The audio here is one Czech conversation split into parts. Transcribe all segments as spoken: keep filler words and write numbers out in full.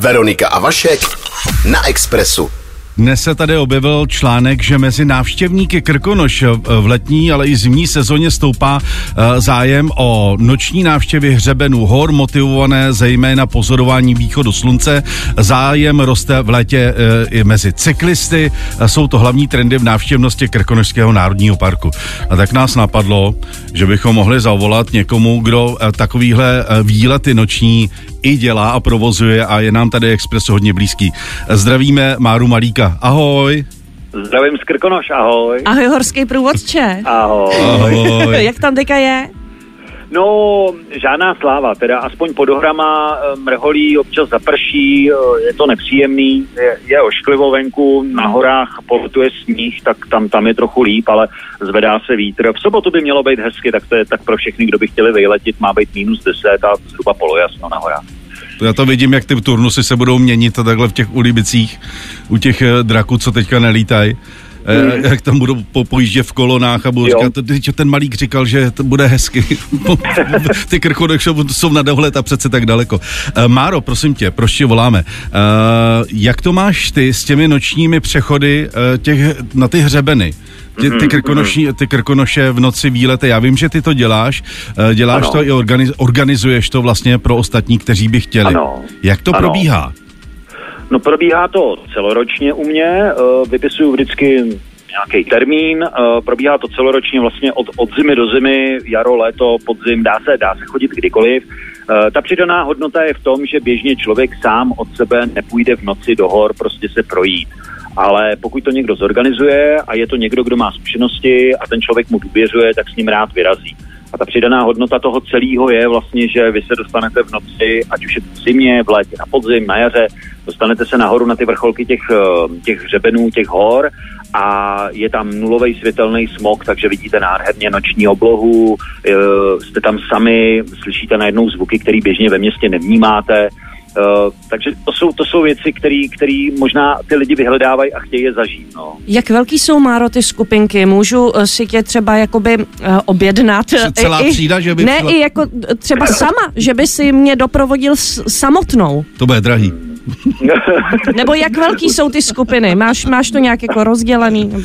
Veronika a Vašek na Expressu. Dnes se tady objevil článek, že mezi návštěvníky Krkonoš v letní, ale i zimní sezóně stoupá zájem o noční návštěvy hřebenů hor, motivované zejména pozorováním východu slunce. Zájem roste v létě i mezi cyklisty. Jsou to hlavní trendy v návštěvnosti Krkonošského národního parku. A tak nás napadlo, že bychom mohli zavolat někomu, kdo takovýhle výlety noční i dělá a provozuje a je nám tady Express hodně blízký. Zdravíme Máru Malíka. Ahoj. Zdravím z Krkonoš, ahoj. Ahoj, horský průvodče. Ahoj. Ahoj. Jak tam teďka je? No, žádná sláva, teda aspoň pod horama mrholí, občas zaprší, je to nepříjemný, je, je ošklivo venku, na horách polutuje sníh, tak tam, tam je trochu líp, ale zvedá se vítr. V sobotu by mělo být hezky, tak to je tak pro všechny, kdo by chtěli vyletit, má být minus deset a zhruba polojasno na horách. Já to vidím, jak ty turnusy se budou měnit a takhle v těch Ulibicích, u těch draků, co teďka nelítají. Hmm. Jak tam budou po, pojíždět v kolonách a budou jo. říkat, že ten Malík říkal, že to bude hezky. Ty Krkonoš jsou na dohled a přece tak daleko. Uh, Máro, prosím tě, proč tě voláme? Uh, jak to máš ty s těmi nočními přechody uh, těch, na ty hřebeny? Ty, ty, krkonoši, ty Krkonoše v noci výlety, já vím, že ty to děláš, uh, děláš ano. to i organiz, organizuješ to vlastně pro ostatní, kteří by chtěli. Ano. Jak to ano. probíhá? No probíhá to celoročně u mě, vypisuju vždycky nějaký termín, probíhá to celoročně vlastně od, od zimy do zimy, jaro, léto, podzim, dá se, dá se chodit kdykoliv. Ta přidaná hodnota je v tom, že běžně člověk sám od sebe nepůjde v noci do hor prostě se projít. Ale pokud to někdo zorganizuje a je to někdo, kdo má zkušenosti a ten člověk mu důvěřuje, tak s ním rád vyrazí. A ta přidaná hodnota toho celého je vlastně, že vy se dostanete v noci, ať už je to v zimě, v létě, na podzim, na jaře, dostanete se nahoru na ty vrcholky těch, těch hřebenů, těch hor a je tam nulový světelný smog, takže vidíte nádherně noční oblohu, jste tam sami, slyšíte najednou zvuky, které běžně ve městě nevnímáte. Uh, takže to jsou, to jsou věci, které možná ty lidi vyhledávají a chtějí je zažít. No. Jak velký jsou, Máro, ty skupinky? Můžu si tě třeba jakoby uh, objednat? Celá i, třída, že by Ne, šla... i jako třeba sama, že by si mě doprovodil s, samotnou. To bude drahý. Nebo jak velký jsou ty skupiny? Máš, máš to nějak jako rozdělený? Nebo...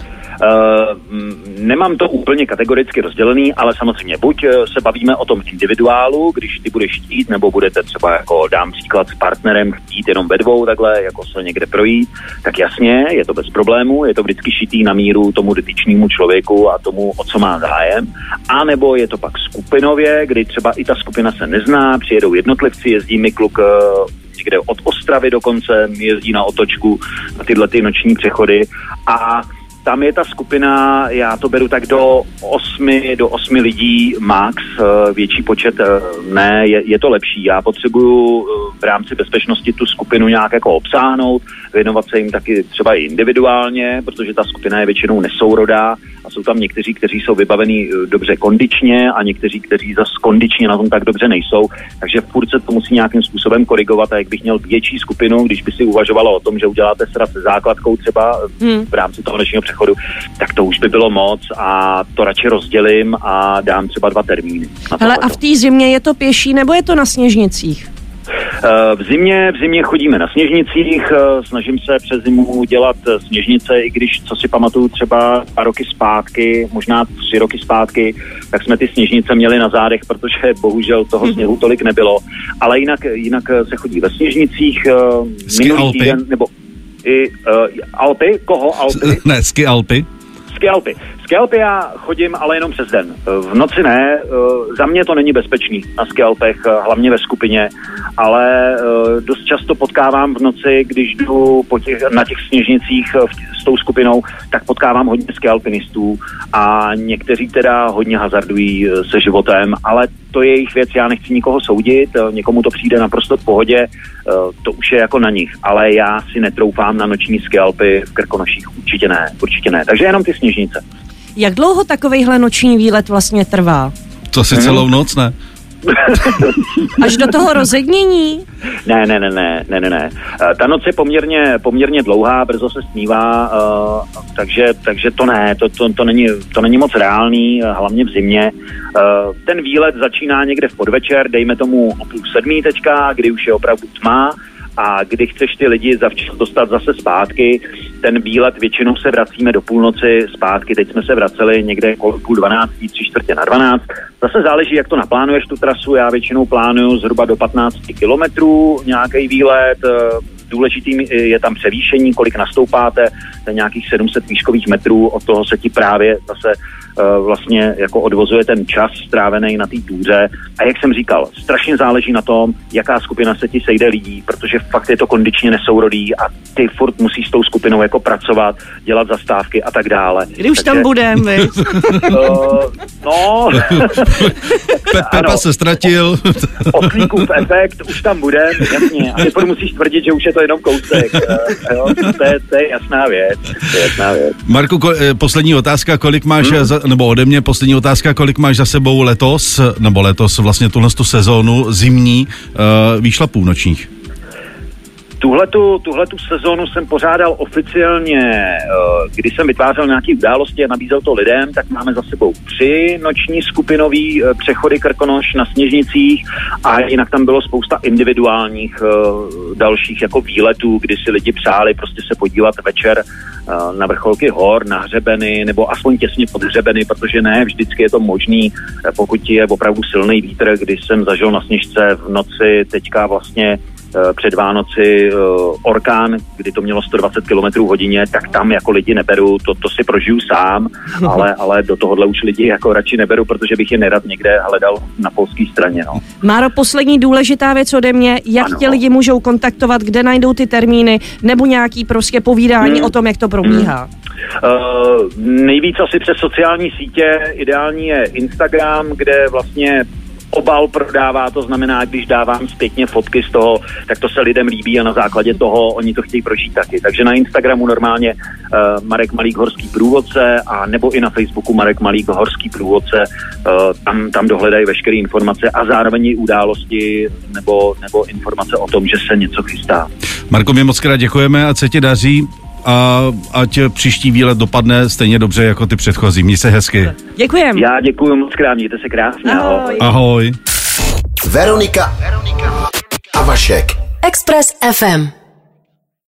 Uh, nemám to úplně kategoricky rozdělený, ale samozřejmě buď se bavíme o tom individuálu, když ty budeš chtít, nebo budete třeba jako dám příklad s partnerem chtít jenom ve dvou takhle, jako se někde projít, tak jasně, je to bez problému, je to vždycky šitý na míru tomu dotyčnému člověku a tomu, o co má zájem. A nebo je to pak skupinově, kdy třeba i ta skupina se nezná, přijedou jednotlivci, jezdí mi kluk někde od Ostravy dokonce, jezdí na otočku na tyhle ty noční přechody a tam je ta skupina, já to beru tak do osmi, do osmi lidí max, větší počet ne, je, je to lepší. Já potřebuju v rámci bezpečnosti tu skupinu nějak jako obsáhnout, věnovat se jim taky třeba i individuálně, protože ta skupina je většinou nesourodá a jsou tam někteří, kteří jsou vybavení dobře kondičně a někteří, kteří zase kondičně na tom tak dobře nejsou, takže furt se to musí nějakým způsobem korigovat a jak bych měl větší skupinu, když by si uvažovalo o tom, že uděláte sraz se základkou třeba hmm. v rámci toho nočního přechodu, tak to už by bylo moc a to radši rozdělím a dám třeba dva termíny. Hele, a v té zimě je to pěší nebo je to na sněžnicích? V zimě, v zimě chodíme na sněžnicích, snažím se přes zimu dělat sněžnice, i když, co si pamatuju, třeba dva roky zpátky, možná tři roky zpátky, tak jsme ty sněžnice měli na zádech, protože bohužel toho sněhu tolik nebylo, ale jinak, jinak se chodí ve sněžnicích. Ski minulý Alpy? týden, nebo i uh, Alpy? Koho Alpy? Ne, Ski Alpy. Ski Alpy. Ski Alpy já chodím, ale jenom přes den. V noci ne, za mě to není bezpečný na Ski Alpech, hlavně ve skupině, ale dost často potkávám v noci, když jdu po těch, na těch sněžnicích s tou skupinou, tak potkávám hodně ski alpinistů a někteří teda hodně hazardují se životem, ale to je jejich věc, já nechci nikoho soudit, někomu to přijde naprosto v pohodě, to už je jako na nich, ale já si netroufám na noční ski Alpy v Krkonoších, určitě ne, určitě ne, takže jenom ty sněžnice. Jak dlouho takovejhle noční výlet vlastně trvá? To si celou noc, ne? Až do toho rozednění? Ne, ne, ne, ne, ne, ne, ne. Ta noc je poměrně, poměrně dlouhá, brzo se snívá, uh, takže, takže to ne, to, to, to, není, to není moc reálný, hlavně v zimě. Uh, ten výlet začíná někde v podvečer, dejme tomu o půl sedmí teďka, kdy už je opravdu tma a kdy chceš ty lidi zavčas dostat zase zpátky. Ten výlet většinou se vracíme do půlnoci zpátky, teď jsme se vraceli někde kolem půl dvanáctý, tři čtvrtě na dvanáct. Zase záleží, jak to naplánuješ tu trasu, já většinou plánuju zhruba do patnáct kilometrů nějaký výlet. Důležitým je tam převýšení, kolik nastoupáte, to je nějakých sedm set výškových metrů, od toho se ti právě zase uh, vlastně jako odvozuje ten čas strávený na té túře. A jak jsem říkal, strašně záleží na tom, jaká skupina se ti sejde lidí, protože fakt je to kondičně nesourodý a ty furt musíš s tou skupinou jako pracovat, dělat zastávky a tak dále. Kdy už Takže, tam budem, vy? Uh, no... Pe- Pepa se ztratil. Oslíkův efekt, už tam budem, jasně. A ty furt musíš tvrdit, že už je to jenom kousek. Jo? To, je, to je jasná věc. To je jasná věc. Marku, ko, poslední otázka, kolik máš, hmm. za, nebo ode mě poslední otázka, kolik máš za sebou letos, nebo letos vlastně tuhle tu sezónu zimní uh, výšlapů nočních? Tuhletu, tuhletu sezónu jsem pořádal oficiálně, když jsem vytvářel nějaké události a nabízel to lidem, tak máme za sebou tři noční skupinový přechody Krkonoš na Sněžnicích a jinak tam bylo spousta individuálních dalších jako výletů, kdy si lidi přáli prostě se podívat večer na vrcholky hor, na hřebeny nebo aspoň těsně pod hřebeny, protože ne, vždycky je to možný, pokud je opravdu silný vítr, když jsem zažil na Sněžce v noci teďka vlastně před Vánoci uh, orkán, kdy to mělo sto dvacet kilometrů hodině, tak tam jako lidi neberu, to, to si prožiju sám, ale, ale do tohohle už lidi jako radši neberu, protože bych je nerad někde hledal na polské straně. No. Máro, poslední důležitá věc ode mě, jak ano. tě lidi můžou kontaktovat, kde najdou ty termíny, nebo nějaký prostě povídání hmm. o tom, jak to probíhá? Hmm. Uh, nejvíc asi přes sociální sítě, ideální je Instagram, kde vlastně obal prodává, to znamená, když dávám zpětně fotky z toho, tak to se lidem líbí a na základě toho oni to chtějí prožít taky. Takže na Instagramu normálně uh, Marek Malík Horský průvodce a nebo i na Facebooku Marek Malík Horský průvodce, uh, tam, tam dohledají veškeré informace a zároveň i události nebo, nebo informace o tom, že se něco chystá. Marko, my moc krát děkujeme a co ti daří a ať příští výlet dopadne stejně dobře jako ty předchozí. Měj se hezky. Děkujem. Já děkuji moc krát, mějte se krásně. Ahoj. Ahoj. Veronika a Vašek. Express ef em.